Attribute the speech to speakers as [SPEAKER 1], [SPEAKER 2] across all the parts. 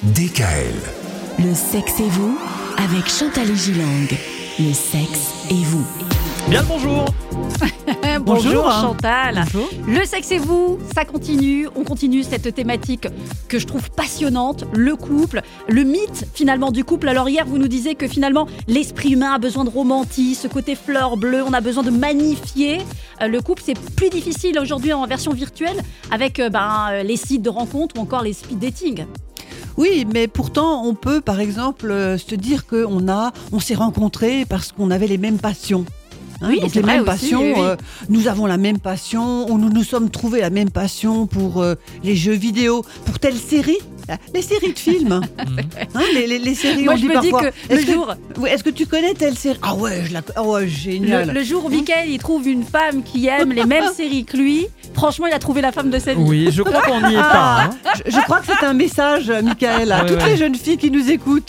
[SPEAKER 1] DKL.
[SPEAKER 2] Le sexe et vous avec Chantal et Gilang. Le sexe et vous.
[SPEAKER 3] Bien le bonjour.
[SPEAKER 4] Bonjour Chantal.
[SPEAKER 3] Bonjour.
[SPEAKER 4] Le sexe et vous, ça continue. On continue cette thématique que je trouve passionnante, le couple, le mythe finalement du couple. Alors hier, vous nous disiez que finalement, l'esprit humain a besoin de romantisme, ce côté fleur bleue, on a besoin de magnifier. Le couple, c'est plus difficile aujourd'hui en version virtuelle avec les sites de rencontres ou encore les speed dating.
[SPEAKER 5] Oui, mais pourtant, on peut, par exemple, se dire qu'on s'est rencontrés parce qu'on avait les mêmes passions.
[SPEAKER 4] Oui,
[SPEAKER 5] donc
[SPEAKER 4] c'est
[SPEAKER 5] les
[SPEAKER 4] vrai
[SPEAKER 5] mêmes
[SPEAKER 4] aussi,
[SPEAKER 5] passions,
[SPEAKER 4] oui.
[SPEAKER 5] nous avons la même passion, ou nous nous sommes trouvés la même passion pour les jeux vidéo, pour telle série, les séries de films. Les séries,
[SPEAKER 4] Moi,
[SPEAKER 5] on
[SPEAKER 4] je
[SPEAKER 5] dit
[SPEAKER 4] me dis
[SPEAKER 5] parfois.
[SPEAKER 4] que le jour...
[SPEAKER 5] Est-ce que tu connais telle série ? Ah ouais, génial.
[SPEAKER 4] Le jour où Mickaël il trouve une femme qui aime les mêmes séries que lui, franchement, il a trouvé la femme de sa vie.
[SPEAKER 3] Oui, je crois qu'on n'y est pas. Hein.
[SPEAKER 5] Je crois que c'est un message, Mickaël, à toutes les jeunes filles qui nous écoutent.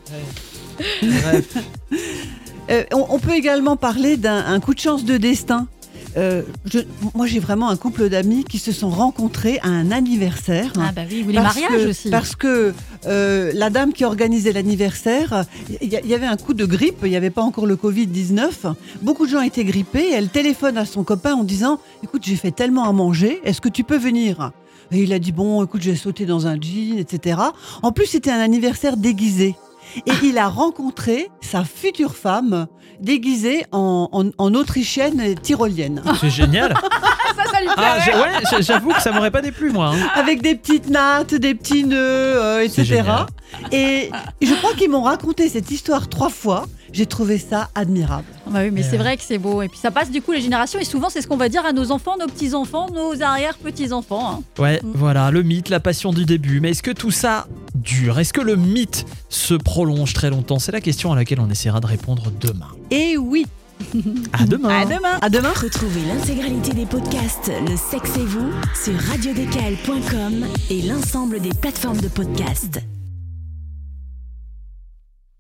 [SPEAKER 3] Bref.
[SPEAKER 5] On peut également parler d'un coup de chance de destin. Moi, j'ai vraiment un couple d'amis qui se sont rencontrés à un anniversaire.
[SPEAKER 4] Ah bah oui, ou les mariages aussi.
[SPEAKER 5] Parce que la dame qui organisait l'anniversaire, il y avait un coup de grippe, il n'y avait pas encore le Covid-19. Beaucoup de gens étaient grippés. Elle téléphone à son copain en disant « Écoute, j'ai fait tellement à manger, est-ce que tu peux venir ?» Et il a dit « Bon, écoute, je vais sauter dans un jean, etc. » En plus, c'était un anniversaire déguisé. Et il a rencontré sa future femme déguisée en autrichienne tyrolienne.
[SPEAKER 3] C'est génial.
[SPEAKER 4] Ça lui plaît.
[SPEAKER 3] J'avoue que ça m'aurait pas déplu moi. Hein.
[SPEAKER 5] Avec des petites nattes, des petits nœuds, etc.
[SPEAKER 3] génial.
[SPEAKER 5] Et je crois qu'ils m'ont raconté cette histoire 3 fois. J'ai trouvé ça admirable.
[SPEAKER 4] Bah oui, mais c'est vrai que c'est beau. Et puis ça passe du coup les générations. Et souvent, c'est ce qu'on va dire à nos enfants, nos petits-enfants, nos arrière-petits-enfants. Hein.
[SPEAKER 3] Ouais, voilà, le mythe, la passion du début. Mais est-ce que tout ça dure ? Est-ce que le mythe se prolonge très longtemps ? C'est la question à laquelle on essaiera de répondre demain.
[SPEAKER 5] Et oui.
[SPEAKER 3] À demain.
[SPEAKER 4] À demain.
[SPEAKER 5] À demain.
[SPEAKER 2] Retrouvez l'intégralité des podcasts Le sexe et vous sur radiodkl.com et l'ensemble des plateformes de podcasts.